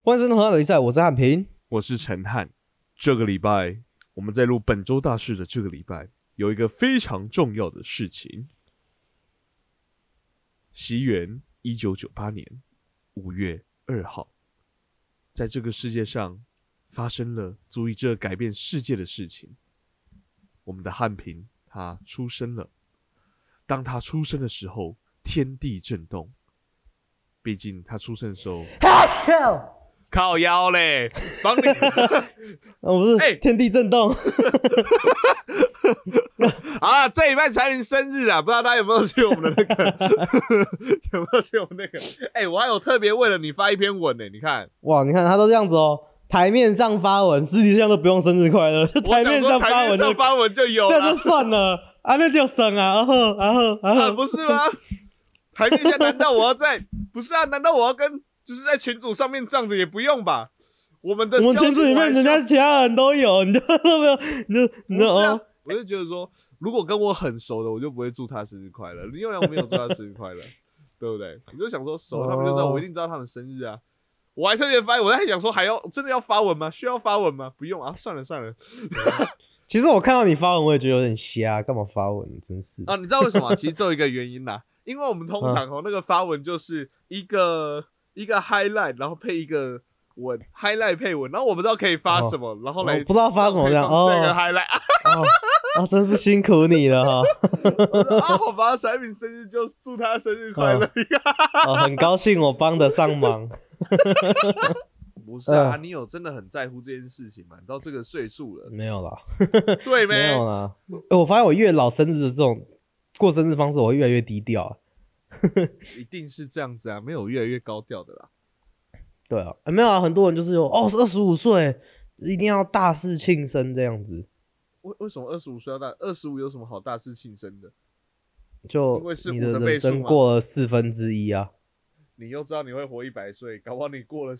欢迎收听《和比赛》，我是汉平， 我是陈汉。这个礼拜我们在录本周大事的这个礼拜，有一个非常重要的事情。西元1998年5月2号，在这个世界上发生了足以这改变世界的事情。我们的汉平他出生了。当他出生的时候，天地震动。毕竟他出生的时候靠腰嘞，帮你不是、天地震动啊！这礼拜才临生日啊，不知道大家有没有去我们的那个有没有去我们那个？我还有特别为了你发一篇文呢，你看， 哇，你看他都这样子哦，台面上发文，私底下都不用生日快乐，就台面上发文就有了， 这样就算了，那就生啊， 不是吗？台面下难道我要在？不是啊，难道我要跟就是在群组上面这样子也不用吧？我们群组里面人家其他人都有，你就没有，你就啊，我就觉得说，如果跟我很熟的，我就不会祝他生日快乐。因为我没有祝他生日快乐，对不对？我就想说熟，他们就知道我一定知道他们生日啊。我还特别发，我在想说还要真的要发文吗？需要发文吗？不用啊，算了。 其实我看到你发文，我也觉得有点瞎，干嘛发文？真是啊！你知道为什么吗？其实只有一个原因啦，因为我们通常那个发文就是一个 highlight， 然后配一个文 ，highlight 配文，然后我不知道可以发什么，然后来不知道发什么这样哦，那个 highlight 真是辛苦你了哈！ 好吧，产品生日就祝他生日快乐。 很高兴我帮得上忙。 不是啊，你有真的很在乎这件事情吗？你到这个岁数了， 没有啦， 对没有啦。我发现我越老生日的这种过生日方式，我会越来越低调。 一定是这样子啊，没有越来越高调的啦。 对啊，没有啊，很多人就是有25岁一定要大肆庆生这样子。 为什么25岁要大？25有什么好大肆庆生的？ 就你的人生过了1/4啊。 你又知道你会活100岁，搞不好你过了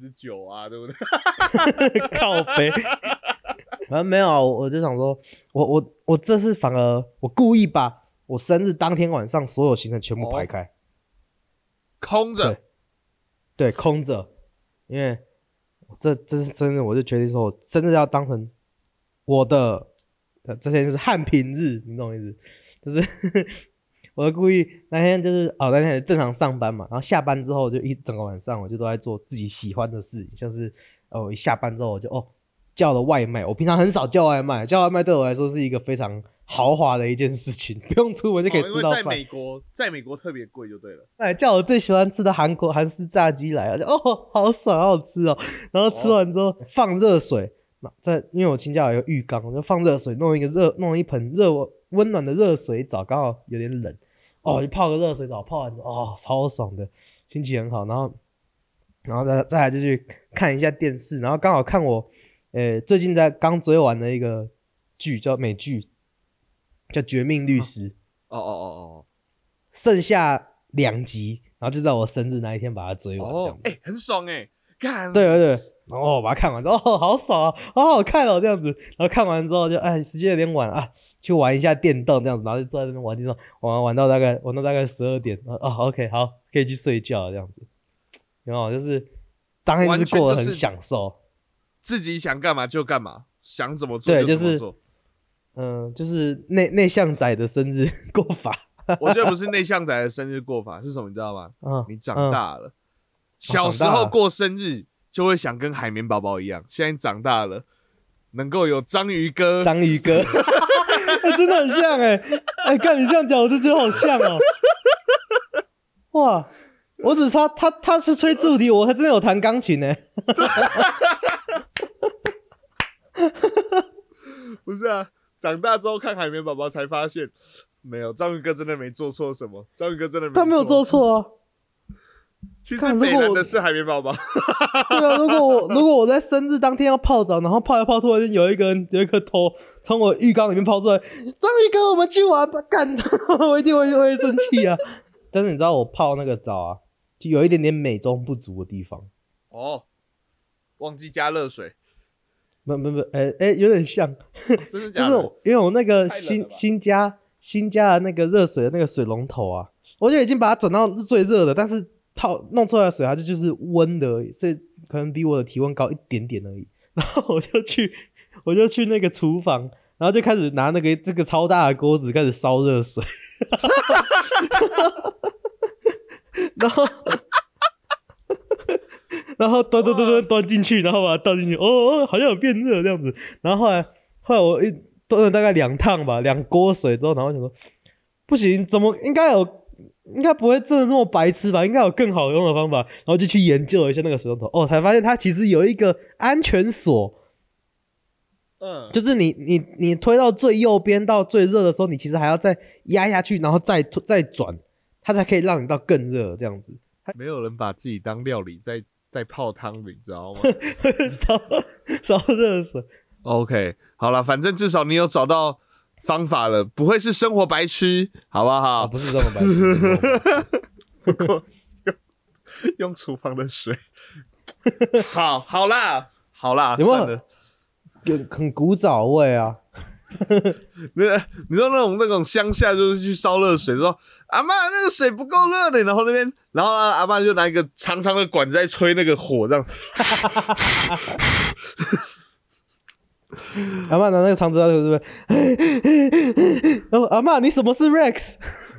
9%啊，对不对？ 靠北。反正没有啊，我就想说，我这次反而我故意把我生日当天晚上所有行程全部排开， 空着， 对，空着，因为这次生日我就决定说，我生日要当成我的这天就是汉平日，你懂我意思？就是我故意那天就是那天正常上班嘛，然后下班之后就一整个晚上我就都在做自己喜欢的事情，像是一下班之后我就叫了外卖。我平常很少叫外卖，叫外卖对我来说是一个非常豪华的一件事情，不用出门就可以吃到饭。 因为在美国特别贵就对了。叫我最喜欢吃的韩式炸鸡来了，好爽，好好吃哦。然后吃完之后放热水，因为我亲家有一个浴缸，我就放热水，弄一盆温暖的热水澡，刚好有点冷。就泡个热水澡，泡完之后超爽的，心情很好。然后再来就去看一下电视，然后刚好看我最近刚追完的一个剧，叫美剧，叫《绝命律师》。剩下2集，然后就在我生日那一天把它追完，这样子。 很爽看。 对。然后我把它看完之后，好爽啊，好好看哦，这样子。然后看完之后就时间有点晚啊，去玩一下电动这样子，然后就坐在那边玩电动，玩到大概12点。OK， 好，可以去睡觉这样子。然后就是当天就是过得很享受， 自己想干嘛就干嘛，想怎么做就怎么做。 就是内向仔的生日过法。 我觉得不是内向仔的生日过法，是什么你知道吗？你长大了，小时候过生日就会想跟海绵宝宝一样，现在长大了能够有章鱼哥， 真的很像看你这样讲我就觉得好像哦。哇，我只差他是吹竖笛，我还真的有弹钢琴不是啊，长大之后看海绵宝宝才发现，没有，章鱼哥真的没做错什么，章鱼哥真的他没有做错啊。 其实最难的是海绵宝宝。 对啊，如果我在生日当天要泡澡，然后泡一泡，突然间有一个头从我浴缸里面抛出来，章鱼哥，我们去玩吧，干我一定会生气啊。但是你知道我泡那个澡啊，就有一点点美中不足的地方。 忘记加热水。 不，有点像。 真的假的？ 就是因为我那个新加的那个热水的那个水龙头啊，我就已经把它转到最热的，但是弄出来的水，它就是温的而已，所以可能比我的体温高一点点而已。然后我就去那个厨房，然后就开始拿这个超大的锅子开始烧热水，然后端进去，然后把它倒进去，好像有变热这样子。然后后来我端了大概2趟吧，2锅水之后，然后我想说不行，怎么应该不会真的这么白痴吧？应该有更好用的方法。然后就去研究了一下那个水龙头，才发现它其实有一个安全锁。就是你推到最右边到最热的时候，你其实还要再压下去，然后再转，它才可以让你到更热这样子。 没有人把自己当料理在泡汤的，你知道吗？ 烧热水。 OK， 好了，反正至少你有找到方法了，不会是生活白痴，好不好？ 不是生活白痴， 不过用厨房的水，好啦， 有没有算了， 很古早味啊？ 你说那种乡下就是去烧热水，说阿嬷那个水不够热的，然后阿嬷就拿一个长长的管子在吹那个火，这样。 阿嬷拿那个长子在这边，然后阿嬷你什么是 Rex？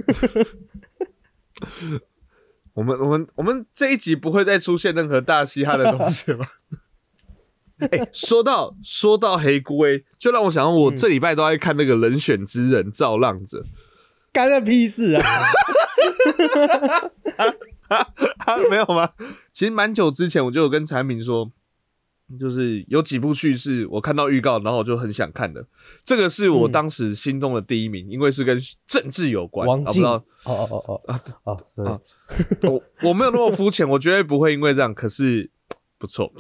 我们这一集不会再出现任何大嘻哈的东西了吧？说到黑龟，就让我想到我这礼拜都在看那个《人选之人造浪者》， 干那屁事啊！ 没有吗？其实蛮久之前我就有跟产品说，就是有几部剧是我看到预告，然后我就很想看的。这个是我当时心中的第一名，因为是跟政治有关。 王静， sorry，我没有那么肤浅，我绝对不会因为这样。可是不错。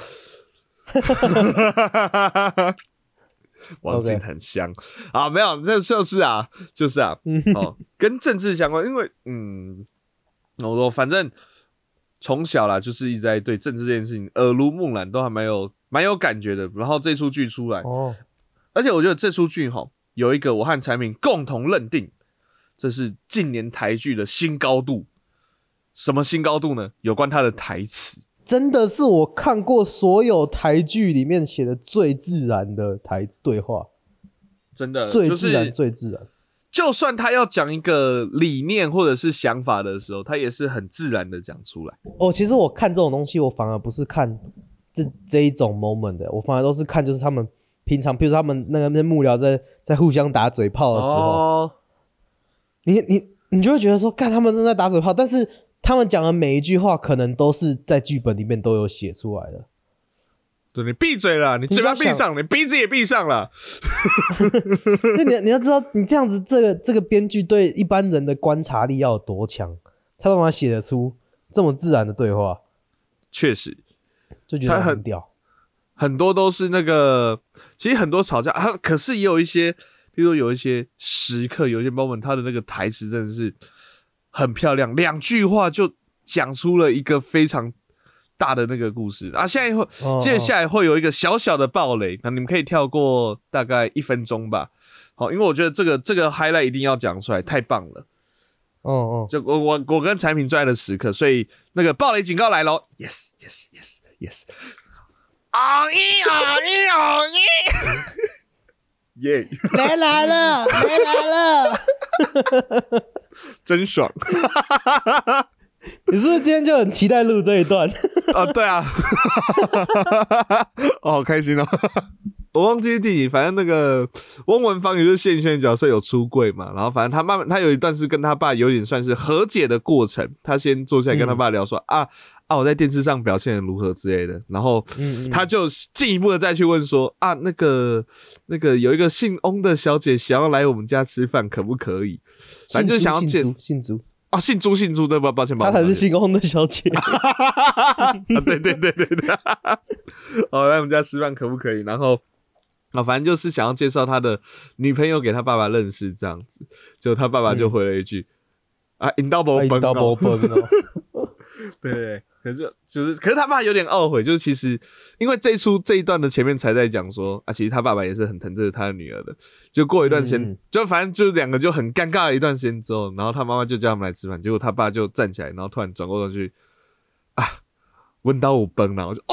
王静很香啊，没有，那就是跟政治相关，因为我说反正从小啦，就是一直在对政治这件事情耳濡目染，都还蛮有感觉的。然后这出剧出来，而且我觉得这出剧有一个我和产品共同认定，这是近年台剧的新高度。什么新高度呢？有关它的台词。 真的是我看过所有台剧里面写的最自然的对话， 真的最自然、最自然。 就算他要讲一个理念或者是想法的时候，他也是很自然的讲出来。 其实我看这种东西，我反而不是看这一种 moment 的，我反而都是看就是他们平常，比如说他们那个幕僚在互相打嘴炮的时候，你就会觉得说，干他们正在打嘴炮，但是他们讲的每一句话可能都是在剧本里面都有写出来的。 对，你闭嘴了，你嘴巴闭上，你鼻子也闭上了。 你要知道，你这样子，这个编剧对一般人的观察力要有多强，才办法写得出这么自然的对话。 确实， 就觉得很屌。 很多都是那个，其实很多吵架可是也有一些，比如说有一些时刻，有一些 moment， 他的那个台词真的是很漂亮2句话就讲出了一个非常大的那个故事啊！接下来会有一个小小的爆雷，那你们可以跳过大概1分钟吧。好，因为我觉得这个 highlight 一定要讲出来，太棒了。就我跟产品最爱的时刻，所以那个爆雷警告来咯 Yes。耶！ 来了， 真爽！ 你是不是今天就很期待录这一段？ 对啊，好开心哦！我忘记第几，反正那个翁文芳也是谢盈萱的角色有出柜嘛，然后反正他有一段是跟他爸有点算是和解的过程，他先坐下来跟他爸聊说我在电视上表现得如何之类的，然后他就进一步的再去问说那个有一个姓翁的小姐想要来我们家吃饭，可不可以？反正就想要见姓朱姓朱，对吧？抱歉， 他才是姓翁的小姐。 对，来我们家吃饭可不可以？然后反正就是想要介绍他的女朋友给他爸爸认识，这样子，就他爸爸就回了一句引到没分哦。对，可是他爸有点懊悔，就是其实因为这一段的前面才在讲说其实他爸爸也是很疼着他的女儿的，就过一段时间，就反正就2个就很尴尬的一段时间之后，然后他妈妈就叫他们来吃饭，结果他爸就站起来，然后突然转过头去闻到我崩了，我就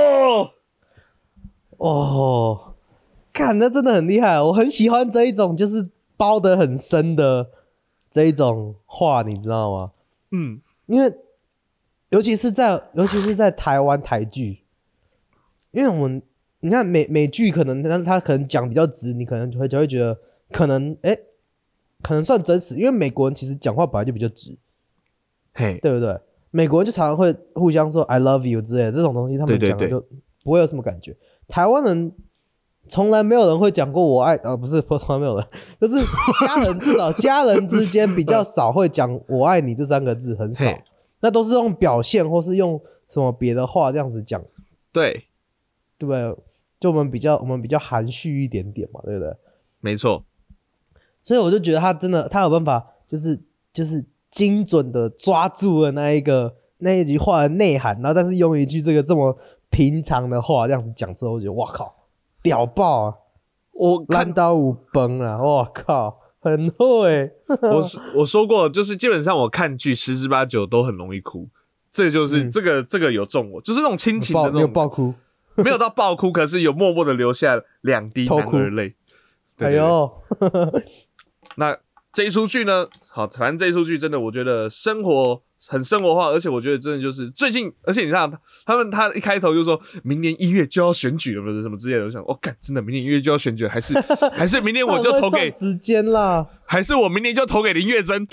哦，看那真的很厉害，我很喜欢这一种就是包得很深的这一种话，你知道吗？因为尤其是在台湾台剧，因为你看美剧可能他可能讲比较直，你可能就会觉得可能算真实，因为美国人其实讲话本来就比较直， 嘿， 对不对？美国人就常常会互相说 I love you 之类的这种东西，他们讲的就不会有什么感觉。台湾人从来没有人会讲过我爱不是从来没有人，就是至少家人之间比较少会讲我爱你这3个字，很少。那都是用表现或是用什么别的话这样子讲， 对不对？就我们比较含蓄一点点嘛，对不对？ 没错。 所以我就觉得他有办法，就是精准的抓住了那一句话的内涵，然后但是用一句这么平常的话这样子讲之后，我觉得哇靠，屌爆啊！烂到有崩啊！哇靠，很会。 我说过，就是基本上我看剧10之8九都很容易哭，这就是这个有中我，就是那种亲情的那种。 你有爆哭？ 没有到爆哭，可是有默默的流下2滴男儿泪。 哎呦， 那这一出剧呢？好，反正这一出剧真的，我觉得很生活化，而且我觉得真的就是最近，而且你看他一开头就说明年1月就要选举了，不是什么之类的，我想，干，真的明年1月就要选举了，还是明年我就投给时间啦， 还是我明年就投给林月珍？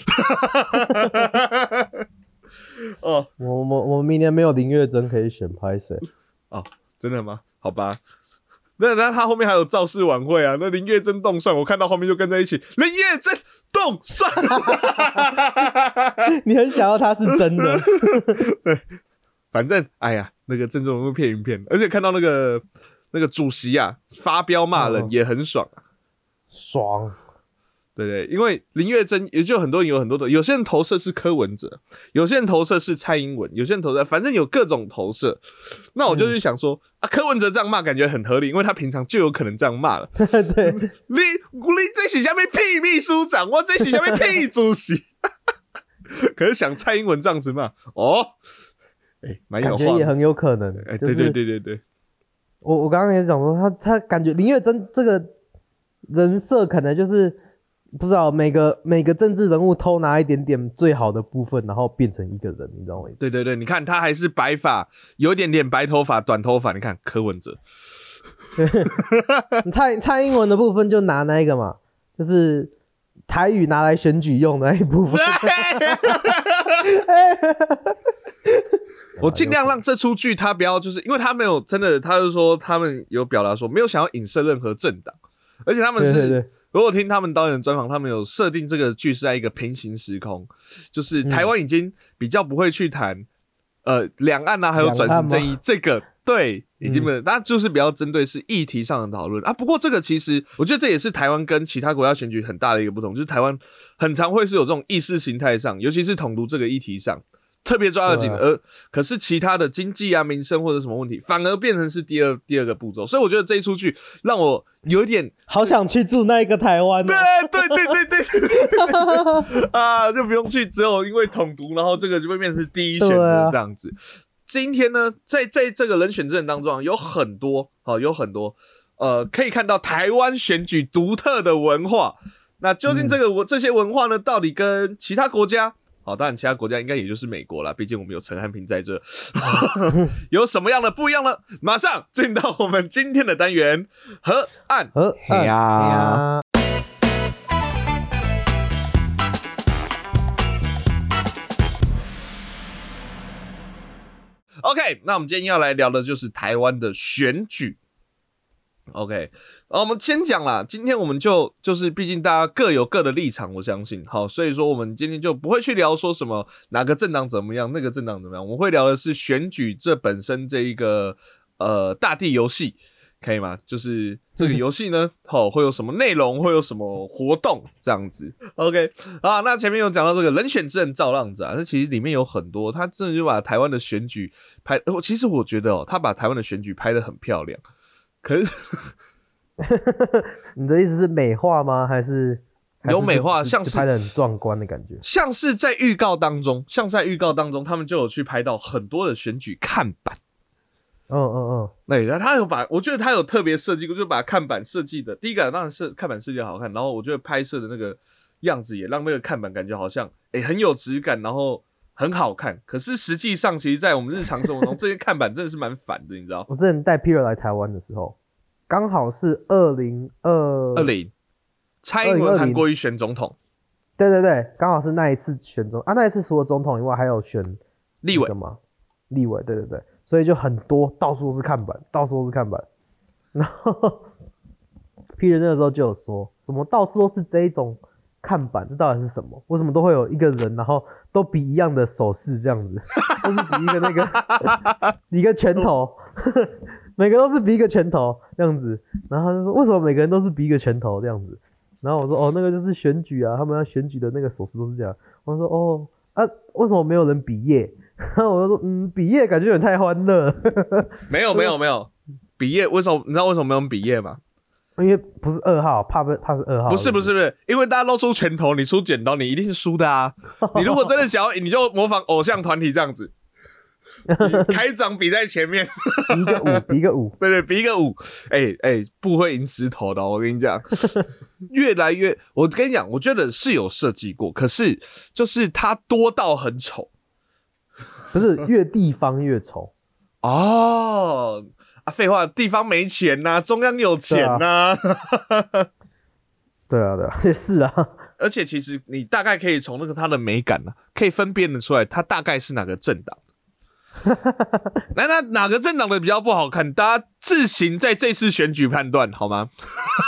哦，我明年没有林月珍可以选，拍谁？ 哦，真的吗？好吧。那他后面还有造势晚会啊，那林月珍动算，我看到后面就跟在一起，林月珍动算， 你很想要他是真的， 对，反正哎呀，那个政治人物骗一骗，而且看到那个主席啊发飙骂人也很爽啊， 爽。 对，因为林月珍也就很多人有很多的，有些人投射是柯文哲，有些人投射是蔡英文，有些人投射，反正有各种投射。那我就去想说，柯文哲这样骂感觉很合理，因为他平常就有可能这样骂了。 对， 你这是下面屁秘书长，我这是下面屁主席。可是想蔡英文这样子骂，蛮有感觉也很有可能。 对。 我刚刚也讲说，他感觉林月珍这个人设可能就是不知道每个政治人物偷拿一点点最好的部分，然后变成一个人，你知道吗？ 对，你看他还是白发，有一点点白头发、短头发。你看柯文哲， 蔡英文的部分就拿那一个嘛，就是台语拿来选举用的那一部分。 我尽量让这出剧他不要，就是因为他没有真的，他就说他们有表达说没有想要影射任何政党，而且他们是。对如果听他们导演的专访，他们有设定这个剧是在一个平行时空，就是台湾已经比较不会去谈两岸啊，还有转型正义这个，对，已经没有，那就是比较针对是议题上的讨论啊。不过这个其实我觉得这也是台湾跟其他国家选举很大的一个不同，就是台湾很常会是有这种意识形态上，尤其是统独这个议题上。特别抓得紧，可是其他的经济啊、民生或者什么问题，反而变成是第二个步骤。所以我觉得这一出剧让我有点好想去住那一个台湾、 对啊，就不用去，只有因为统独，然后这个就会变成是第一选择这样子。今天呢，在这个人选之人当中，有很多可以看到台湾选举独特的文化。那究竟这些文化呢，到底跟其他国家？好，当然其他国家应该也就是美国啦，毕竟我们有陈汉平在这。有什么样的不一样呢？马上进到我们今天的单元河岸呀。OK， 那我们今天要来聊的就是台湾的选举。OK， 我们先讲啦。今天我们就是毕竟大家各有各的立场，我相信，好，所以说我们今天就不会去聊说什么哪个政党怎么样，那个政党怎么样，我们会聊的是选举这本身这一个大地游戏，可以吗？就是这个游戏呢，会有什么内容，会有什么活动这样子。OK， 啊，那前面有讲到这个人选之人造浪者啊，这其实里面有很多，他真的就把台湾的选举拍，其实我觉得他把台湾的选举拍得很漂亮。可是， 你的意思是美化吗？还是有美化，像是拍得很壮观的感觉， 像是在预告当中，他们就有去拍到很多的选举看板。对，他有把，我觉得他有特别设计过，就把看板设计的，第一个当然是看板设计的好看，然后我觉得拍摄的那个样子也让那个看板感觉好像很有质感，然后很好看。可是实际上，其实在我们日常生活中，这些看板真的是蛮烦的，你知道？ 我之前带 Peter 来台湾的时候，刚好是2020， 蔡英文韩国瑜选总统。 对，刚好是那一次选总啊，那一次除了总统以外，还有选立委嘛？立委，对，所以就很多，到处都是看板。然后 Peter 那个时候就有说，怎么到处都是这一种看板，这到底是什么？为什么都会有一个人，然后都比一样的手势这样子，都是比一个那个比一个拳头，每个都是比一个拳头这样子。然后他就说，为什么每个人都是比一个拳头这样子？然后我说，那个就是选举啊，他们要选举的那个手势都是这样。我说，为什么没有人比耶？然后我就说，比耶感觉有点太欢乐。 没有，比耶为什么？你知道为什么没有比耶吗？ 因为不是2号，怕是2号。 不是，因为大家都出拳头，你出剪刀，你一定是输的啊！你如果真的想要赢，你就模仿偶像团体这样子，开掌比在前面， 比一个五， 对，比一个五，不会赢石头的，我跟你讲，越来越，我跟你讲，我觉得是有设计过，可是就是它多到很丑， 不是越地方越丑哦。废话，地方没钱呐，中央有钱呐。 对啊，也是啊。 而且其实你大概可以从那个它的美感可以分辨得出来，它大概是哪个政党的。那哪个政党的比较不好看，大家自行在这次选举判断好吗 ？OK 。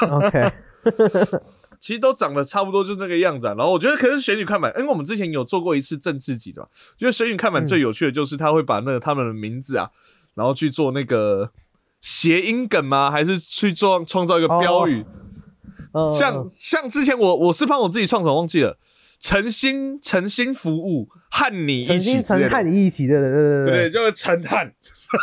其实都长得差不多，就那个样子。然后我觉得，可是选举看板，因为我们之前有做过一次政治集的嘛，觉得选举看板最有趣的就是他会把那个他们的名字然后去做那个谐音梗吗？还是去创造一个标语？像之前我是帮我自己创什么忘记了，诚心服务，和你一起之类的， 和你一起，对， 就是陈汉。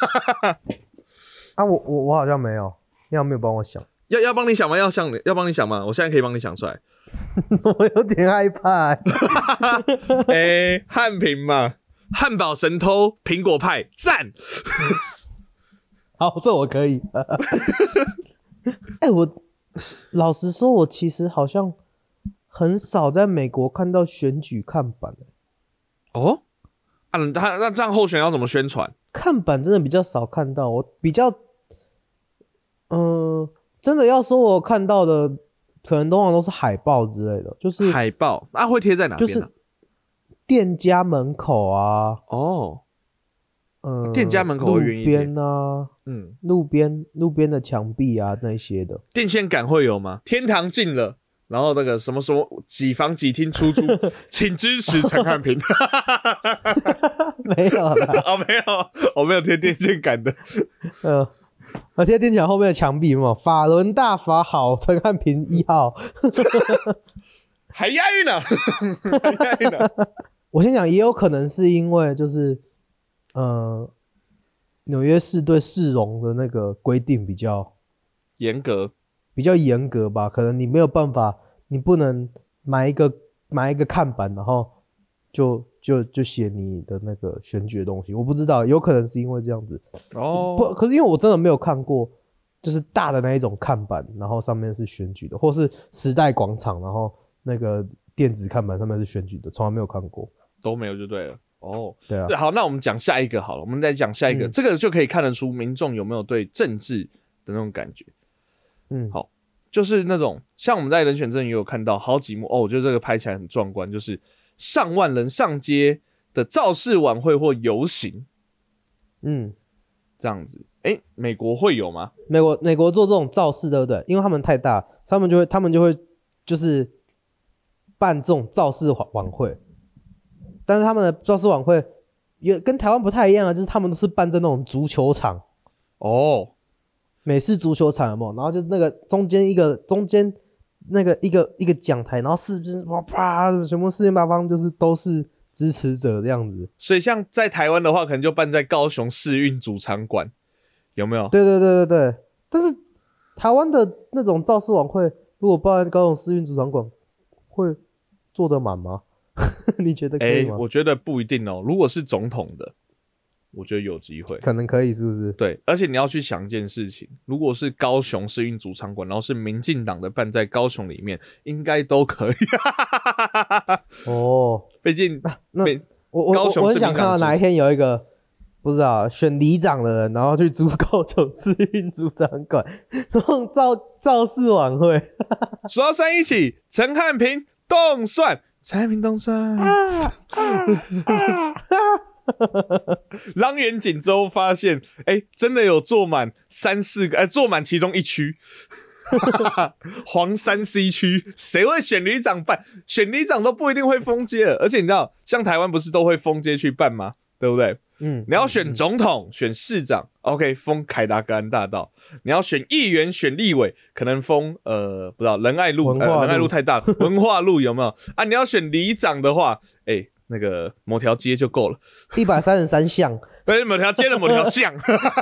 我好像没有，要没有帮我想， 要帮你想吗？要帮你想吗？我现在可以帮你想出来。 我有点害怕。 汉平嘛，汉堡神偷，苹果派，赞。 好，这我可以。我老实说，我其实好像很少在美国看到选举看板。 哦，那这样候选要怎么宣传？ 看板真的比较少看到，我比较，真的要说我看到的，可能通常都是海报之类的，就是海报，会贴在哪边？ 就是店家门口啊。 哦。店家门口会远一点， 路边的墙壁啊那些的。 电线杆会有吗？天堂进了，然后那个什么几房几厅出租，请支持陈汉平。 没有啦。 没有，我没有贴电线杆的。 我贴电线杆后面的墙壁嘛，法轮大法好，陈汉平1号。 还押韵呢，还押韵呢。 我先讲，也有可能是因为就是纽约市对市容的那个规定比较严格吧，可能你没有办法，你不能买一个看板，然后就写你的那个选举的东西，我不知道，有可能是因为这样子。不，可是因为我真的没有看过，就是大的那一种看板，然后上面是选举的，或是时代广场，然后那个电子看板上面是选举的，从来没有看过， 都没有就对了。 对啊。 好，那我们讲下一个好了，我们再讲下一个，这个就可以看得出民众有没有对政治的那种感觉。好，就是那种像我们在人选阵也有看到好几幕我觉得这个拍起来很壮观，就是上万人上街的造势晚会或游行，这样子。美国会有吗？ 美国做这种造势，对不对？因为他们太大，他们就会就是办这种造势晚会。但是他们的造势晚会也跟台湾不太一样啊，就是他们都是办在那种足球场美式足球场有没有？然后就是那个中间那个一个讲台，然后是不是啪全部四面八方就是都是支持者这样子。 所以像在台湾的话，可能就办在高雄世运主场馆，有没有？ 对。但是台湾的那种造势晚会，如果办在高雄世运主场馆， 会坐得满吗？你觉得可以吗？ 我觉得不一定哦。如果是总统的，我觉得有机会， 可能可以，是不是？ 对，而且你要去想一件事情，如果是高雄世运主场馆，然后是民进党的办在高雄里面，应该都可以。 哦， 毕竟那我高雄很想看到哪一天有一个不知道选里长的人，然后去租高雄世运主场馆，然后造势晚会。 数到3一起，陈汉平动算，陈汉平动算。浪远锦州发现，真的有坐满3-4个，坐满其中一区。黄山 C 区，谁会选里长办？选里长都不一定会封街了，而且你知道，像台湾不是都会封街去办吗？对不对？你要选总统、选市长 ，OK， 封凯达格兰大道；你要选议员、选立委，可能封不知道仁爱路，仁爱路太大了，文化路有没有啊？你要选里长的话，那个某条街就够了 ，133巷， 对，某条街的某条巷，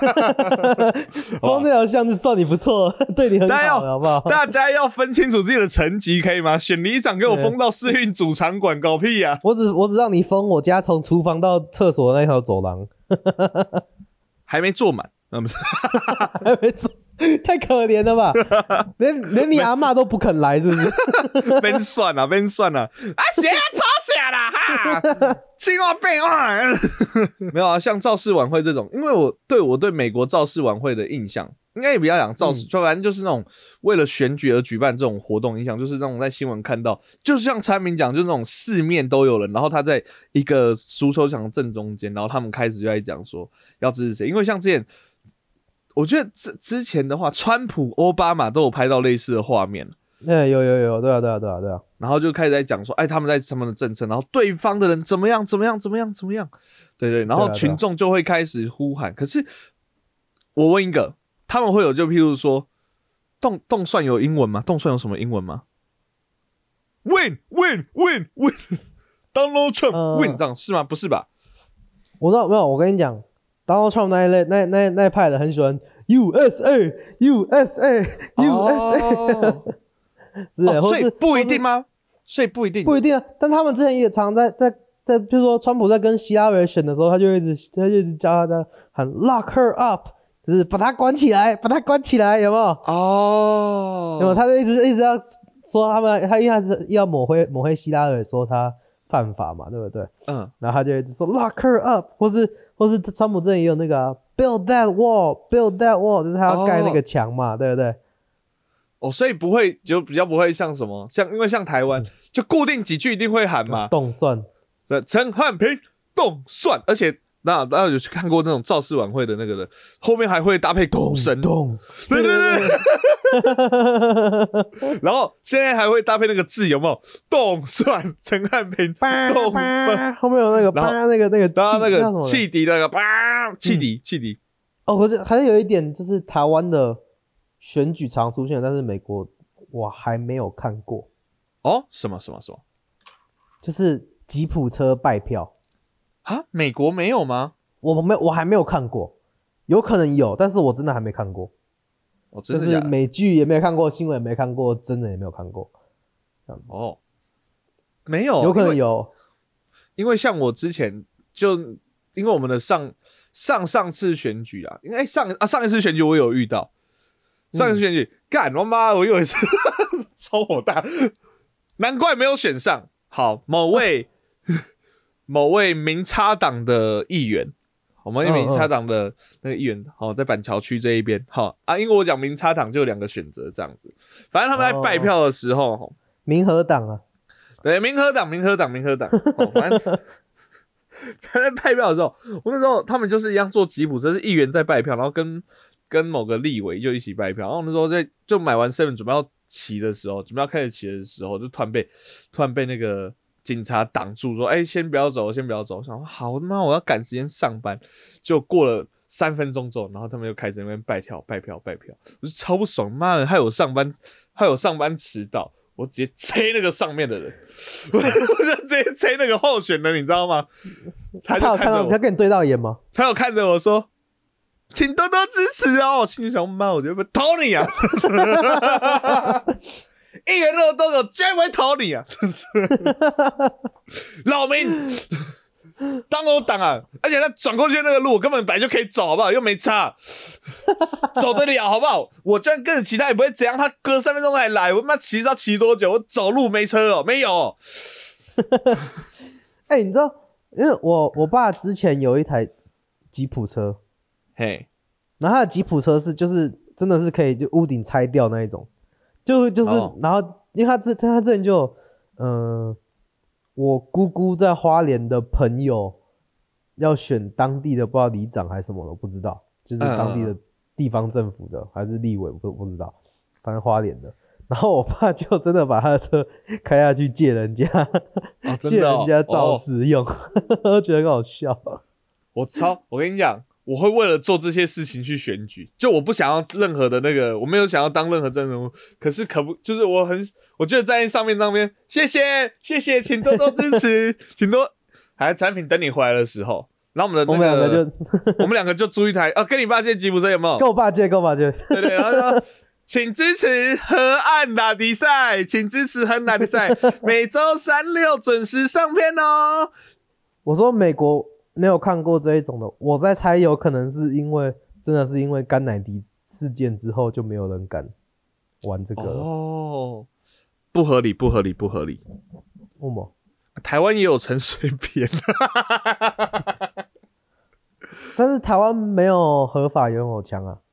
封那条巷子算你不错，对你很好，好不好？ 大家要分清楚自己的层级，可以吗？选里长给我封到世运主场馆，搞屁呀！ 我只让你封我家从厨房到厕所的那条走廊， 还没坐满，不是， 还没坐。太可怜了吧，连你阿嬷都不肯来，是不是？ 边算啊，谁啊，吵死啦哈！青蛙变化，没有啊，像造势晚会这种，因为我对美国造势晚会的印象，应该也比较讲造势，反正就是那种为了选举而举办这种活动印象，就是那种在新闻看到，就是像蔡明讲，就是那种四面都有人，然后他在一个足球场正中间，然后他们开始就在讲说要支持谁，因为像之前。我觉得之前的话，川普、奥巴马都有拍到类似的画面。 有，对啊。 然后就开始在讲说，他们在他们的政策，然后对方的人怎么样，对，然后群众就会开始呼喊。可是我问一个，他们会有就譬如说，动算有英文吗？动算有什么英文吗 ？Win Donald Trump win 这样是吗？不是吧？ 我知道，没有，我跟你讲。Donald Trump 那一派的很喜欢 USA， 所以不一定吗？所以不一定啊。但他们之前也常在，比如说川普在跟希拉蕊选的时候，他就一直叫他喊 lock her up， 就是把他关起来，有没有？有没有？他就一直要说他一开始要抹黑希拉蕊，说他。犯法嘛，对不对？然后他就一直说 lock her up， 或是川普之前也有那个build that wall， 就是他要盖那个墙嘛，对不对？ 所以不会就比较不会像什么，因为像台湾就固定几句一定会喊嘛， 动算， 陈汉平动算，而且那有去看过那种造势晚会的那个的，后面还会搭配鼓声，对。然后现在还会搭配那个字，有没有？动算陈汉平动， 后面有那个然后那个汽笛那个汽笛。 可是还是有一点，就是台湾的选举常出现，但是美国我还没有看过。 什么？ 就是吉普车拜票啊？美国没有吗？ 我还没有看过，有可能有，但是我真的还没看过。 真的假的？ 就是美剧也没有看过，新闻也没看过，真的也没有看过。这样子没有， 有可能有， 因为像我之前就因为我们的上次选举啊，因为上一次选举我有遇到，上一次选举干我妈，我以为是超火大，难怪没有选上。好，某位民差党的议员。我们民差党的那个议员，在板桥区这一边，因为我讲民差党就有2个选择这样子，反正他们在拜票的时候， 民和党啊， 对，民和党，反正在拜票的时候，我那时候他们就是一样坐吉普车，是议员在拜票，然后跟某个立委就一起拜票，然后那时候就买完 7 准备要骑的时候，准备要开始骑的时候，就突然被那个。警察挡住说：“先不要走。”我想说好他妈，我要赶时间上班。就过了3分钟之后，然后他们又开始在那边拜票，我就超不爽，妈的，害我上班迟到，我直接催那个上面的人，我就直接催那个候选人，你知道吗？ 他有看到他跟你对到眼吗？ 他有看着我说：“请多多支持哦。”我心里想，妈，我就被偷你啊！ 1元那么多，我绝对不会投你啊！扰民，当我挡啊！而且他转过去那个路，我根本本来就可以走，好不好？又没差，走得了，好不好？我这样跟着骑，他也不会怎样。他隔3分钟才来，我他妈骑要骑多久？我走路没车哦，没有哦。 哎、你知道，因为我爸之前有一台吉普车， 嘿， 然后他的吉普车就是真的是可以就屋顶拆掉那一种，就是，然后因为他之前就有我姑姑在花莲的朋友要选当地的不知道里长还是什么的，我不知道，就是当地的地方政府的还是立委，我不知道，反正花莲的。然后我爸就真的把他的车开下去借人家，借人家肇事用，我觉得很好笑。 我跟你讲，我会为了做这些事情去选举，就我不想要任何的那个，我没有想要当任何政治人物，可是就是我觉得在上面那边，谢谢，请多多支持，请多，还产品等你回来的时候，然后我们两个就租一台，跟你爸借吉普车有没有？ 跟我爸借， 对，然后说请支持河岸打比赛，请支持河岸打比赛，每周3、6准时上片哦。 我说美国没有看过这一种的，我在猜有可能是真的是因为甘乃迪事件之后就没有人敢玩这个了。 哦，不合理。 为什么？ 台湾也有陈水扁， 但是台湾没有合法拥有枪啊。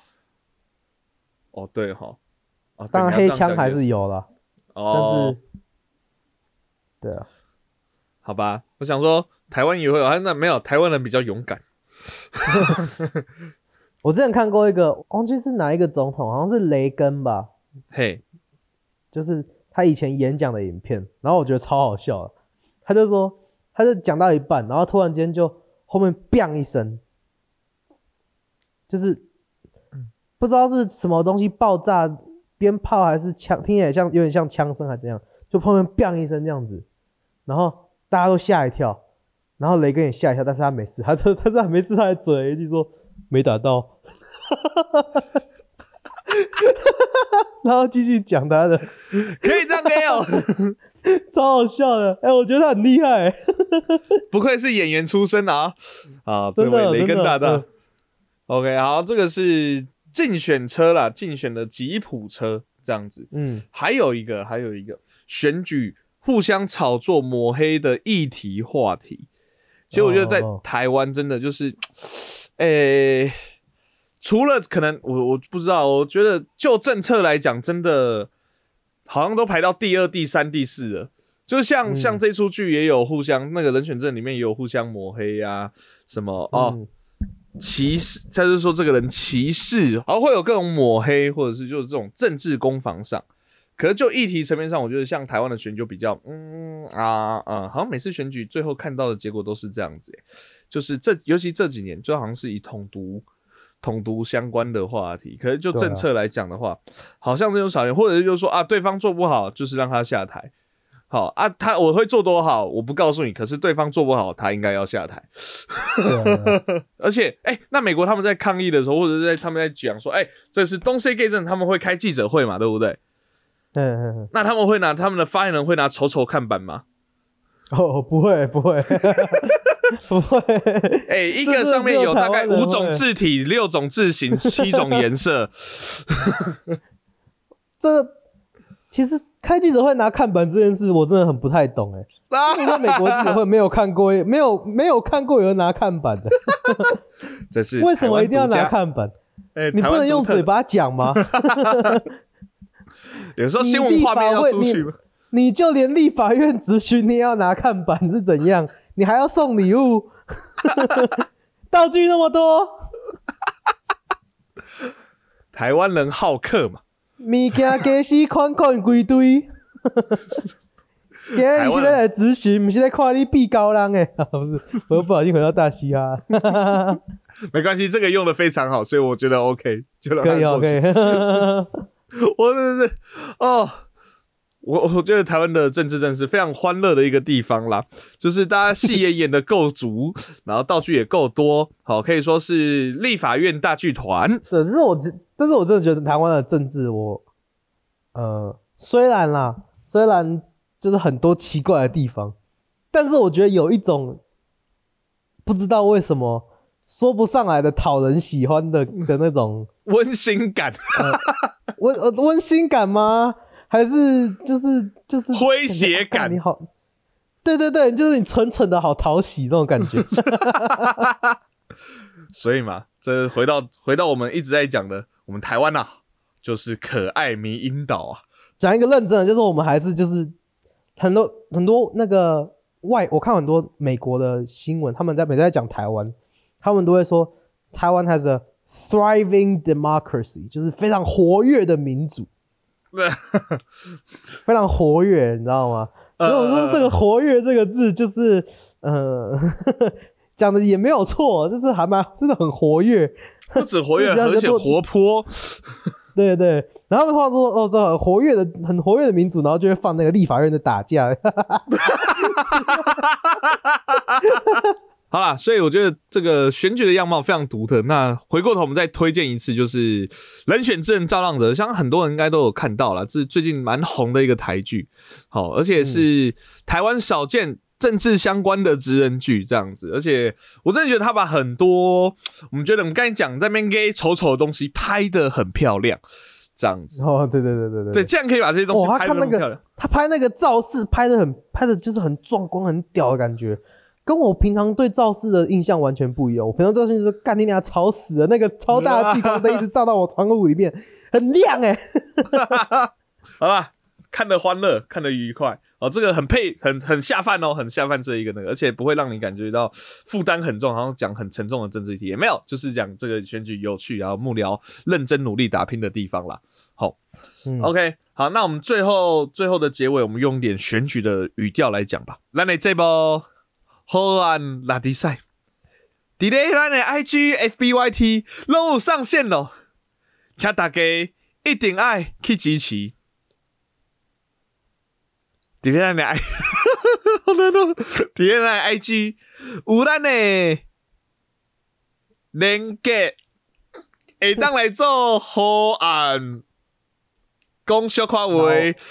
哦，对齁， 当然黑枪还是有啦，但是，对啊， 好吧，我想说台湾也会有，那没有，台湾人比较勇敢。 我之前看过一个，忘记是哪一个总统，好像是雷根吧， 嘿， 就是他以前演讲的影片，然后我觉得超好笑的，他就讲到一半，然后突然间就后面 bang 一声，就是不知道是什么东西爆炸，鞭炮还是枪，听起来有点像枪声还是怎样，就后面 bang 一声这样子，然后大家都吓一跳，然后雷根也吓一跳，但是他没事，他没事，他还嘴了一句说没打到，然后继续讲他的， 可以这样给哦， 超好笑的，我觉得他很厉害， 不愧是演员出身啊！这位雷根大大。OK， 好，这个是竞选车啦，竞选的吉普车这样子。还有一个选举互相炒作抹黑的议题话题。其实我觉得在台湾真的就是，除了可能我不知道，我觉得就政策来讲，真的好像都排到第2、第3、第4了。就像这出剧也有互相那个人选证里面也有互相抹黑啊，什么歧视，他就说这个人歧视，然后会有各种抹黑，或者是就是这种政治攻防上。可是就议题层面上，我觉得像台湾的选举就比较好像每次选举最后看到的结果都是这样子，就是尤其这几年就好像是以统独相关的话题，可是就政策来讲的话，好像这种少年，或者是就是说对方做不好，就是让他下台。好我会做多好，我不告诉你，可是对方做不好，他应该要下台。而且那美国他们在抗议的时候，或者是他们在讲说这是 Don't say gay 症，他们会开记者会嘛，对不对？那他们会拿他们的发言人会拿丑看板吗？ 不会不会一个上面有大概5种字体、6种字形、7种颜色。 这其实开记者会拿看板这件事，我真的很不太懂因为美国记者会没有看过，没有看过有人拿看板的。 这是为什么一定要拿看板？你不能用嘴巴讲吗？ 有时候新闻画面要出去吗？ 你就连立法院质询你也要拿看板是怎样？你还要送礼物，道具那么多。 台湾人好客嘛， 物件家私款规堆。今日你是要来质询，不是在看你比高人不是，我又不小心回到大西哈。 没关系，这个用的非常好，所以我觉得 OK， 就让可以 OK。 我真的是我觉得台湾的政治真的是非常欢乐的一个地方啦，就是大家戏也演得够足，然后道具也够多，好，可以说是立法院大剧团。 对，但是我真的觉得台湾的政治虽然就是很多奇怪的地方，但是我觉得有一种不知道为什么说不上来的讨人喜欢的那种温馨感， 温馨感吗？还是就是诙谐感？ 你好，对对对，就是你蠢蠢的好讨喜那种感觉。 所以嘛，这回到我们一直在讲的，我们台湾啊，就是可爱迷因岛啊。 讲一个认真的，就是我们还是就是很多那个我看很多美国的新闻，他们每次在讲台湾，他们都会说台湾 has a thriving democracy， 就是非常活跃的民主。非常活跃，你知道吗？所以我说这个“活跃”这个字，就是讲的也没有错，就是还真的很活跃， 不止活跃，而且活泼。 对对，然后他们通常说这很活跃的民主，然后就会放那个立法院的打架。 好啦，所以我觉得这个选举的样貌非常独特。那回过头我们再推荐一次，就是《人选之人造浪者》，相信很多人应该都有看到啦，这是最近蛮红的一个台剧，好，而且是台湾少见政治相关的职人剧这样子。而且我真的觉得他把很多我们刚才讲在那边 gay 丑的东西拍得很漂亮。这样子哦，对， 这样可以把这些东西拍得很漂亮。 他拍那个造势拍的就是很壮观、很屌的感觉，跟我平常对造势的印象完全不一样。我平常造势就是干你娘吵死了，那个超大的聚光灯一直照到我窗户里面，很亮欸。 好啦，看得欢乐，看得愉快哦，这个很下饭哦，很下饭这一个那个，而且不会让你感觉到负担很重，好像讲很沉重的政治议题也没有，就是讲这个选举有趣，然后幕僚认真努力打拼的地方啦。好，OK， 好，那我们最后的结尾，我们用点选举的语调来讲吧。咱的这波好汉拉迪赛，伫咧咱的 IG、FBYT 拢有上线咯，请大家一定爱去支持。伫咧咱的 IG， 好难哦！伫咧咱的 IG 有咱的连结，会当来做好汉。讲小话话，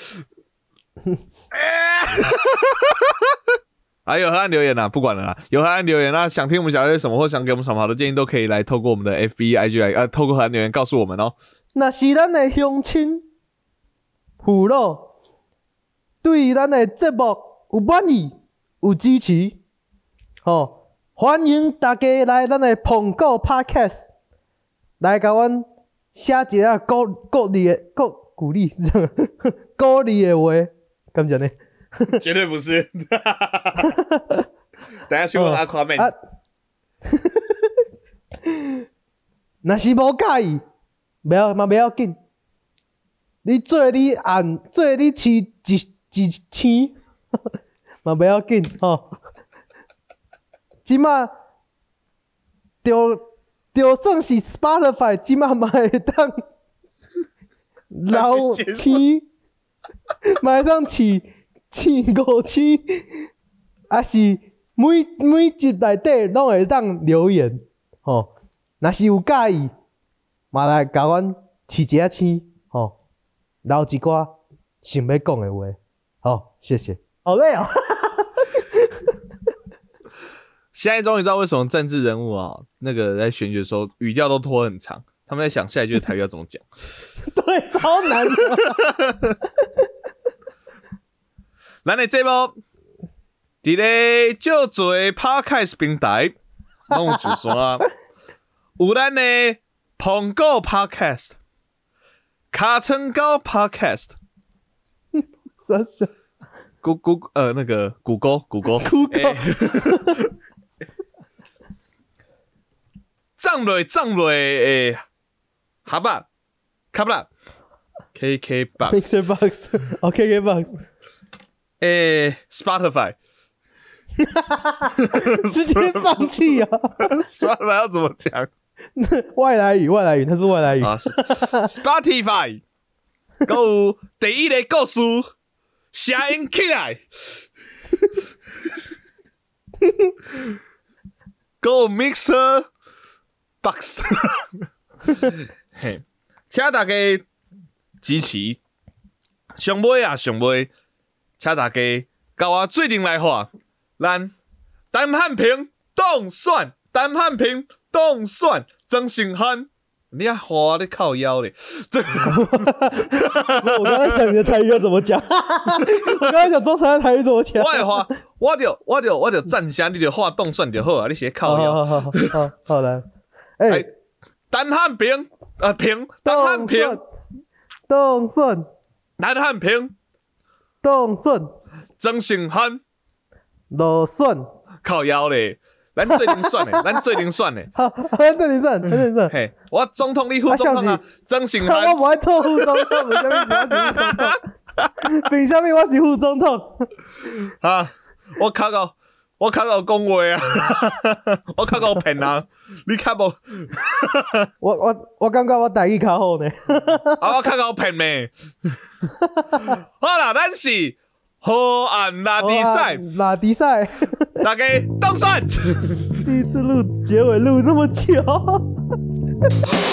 有河岸留言啦，不管了啦，有河岸留言啦，想听我们讲些什么，或想给我们什么好的建议，都可以来透过我们的 FB、IG 来透过河岸留言告诉我们哦。 那是咱的乡亲父老对咱的节目有满意、有支持，欢迎大家来咱的澎湖 Podcast 来甲阮写一个鼓励的鼓励的话，感觉呢？ 绝对不是。等下去问阿夸妹。 若是无介意，不要紧。你做你饲一星，嘛不要紧吼。即马就算是 Spotify， 即马嘛会当。老青，马上饲5星，还是每集内底拢会当留言，若是有介意，嘛来甲阮饲一星，留一寡想要讲的话，好，谢谢。好累哦。 现在终于知道为什么政治人物啊，那个在选举的时候语调都拖很长。他们在想下一句的台语要怎么讲。 对，超难的。 咱的节目伫咧少侪 Podcast 平台拢有上线，有咱的澎湖 Podcast、卡称高 Podcast、 啥小那个谷歌涨落诶。哈巴卡布拉 KKBOX Mixer Box KKBOX Spotify 直接放弃啊。 Spotify 要怎么讲？ 外来语，它是外来语。 Spotify 还有第一个故事声音起来，还有 Mixer Box 嘿，请大家支持上尾啊，上尾，请大家甲我做阵来画，咱陈汉平当选，陈汉平当选，曾信汉。你啊，花你靠腰嘞！ 我刚才想你的台语要怎么讲？我刚才想中山的台语怎么讲？ 我会画，我就赞声，你就画动算就好啊！你写靠腰。 好来， 陈汉平，陈汉平， 动顺， 陈汉平， 动顺， 曾信汉， 罗顺， 靠腰嘞！咱最能选的，咱最能选的。 好，咱最能选，咱最能选。 嘿，我总统你副总统啊，曾信汉。 我不爱做副总统，为什么我是副总统？凭什么我是副总统？ 啊，我较够讲话啊，我较够骗人，你较无。 我感觉我台语较好呢。 啊，我较够骗咩？好啦，咱是河岸拉比赛， 拉比赛， 大家当选。 第一次录结尾录这么久。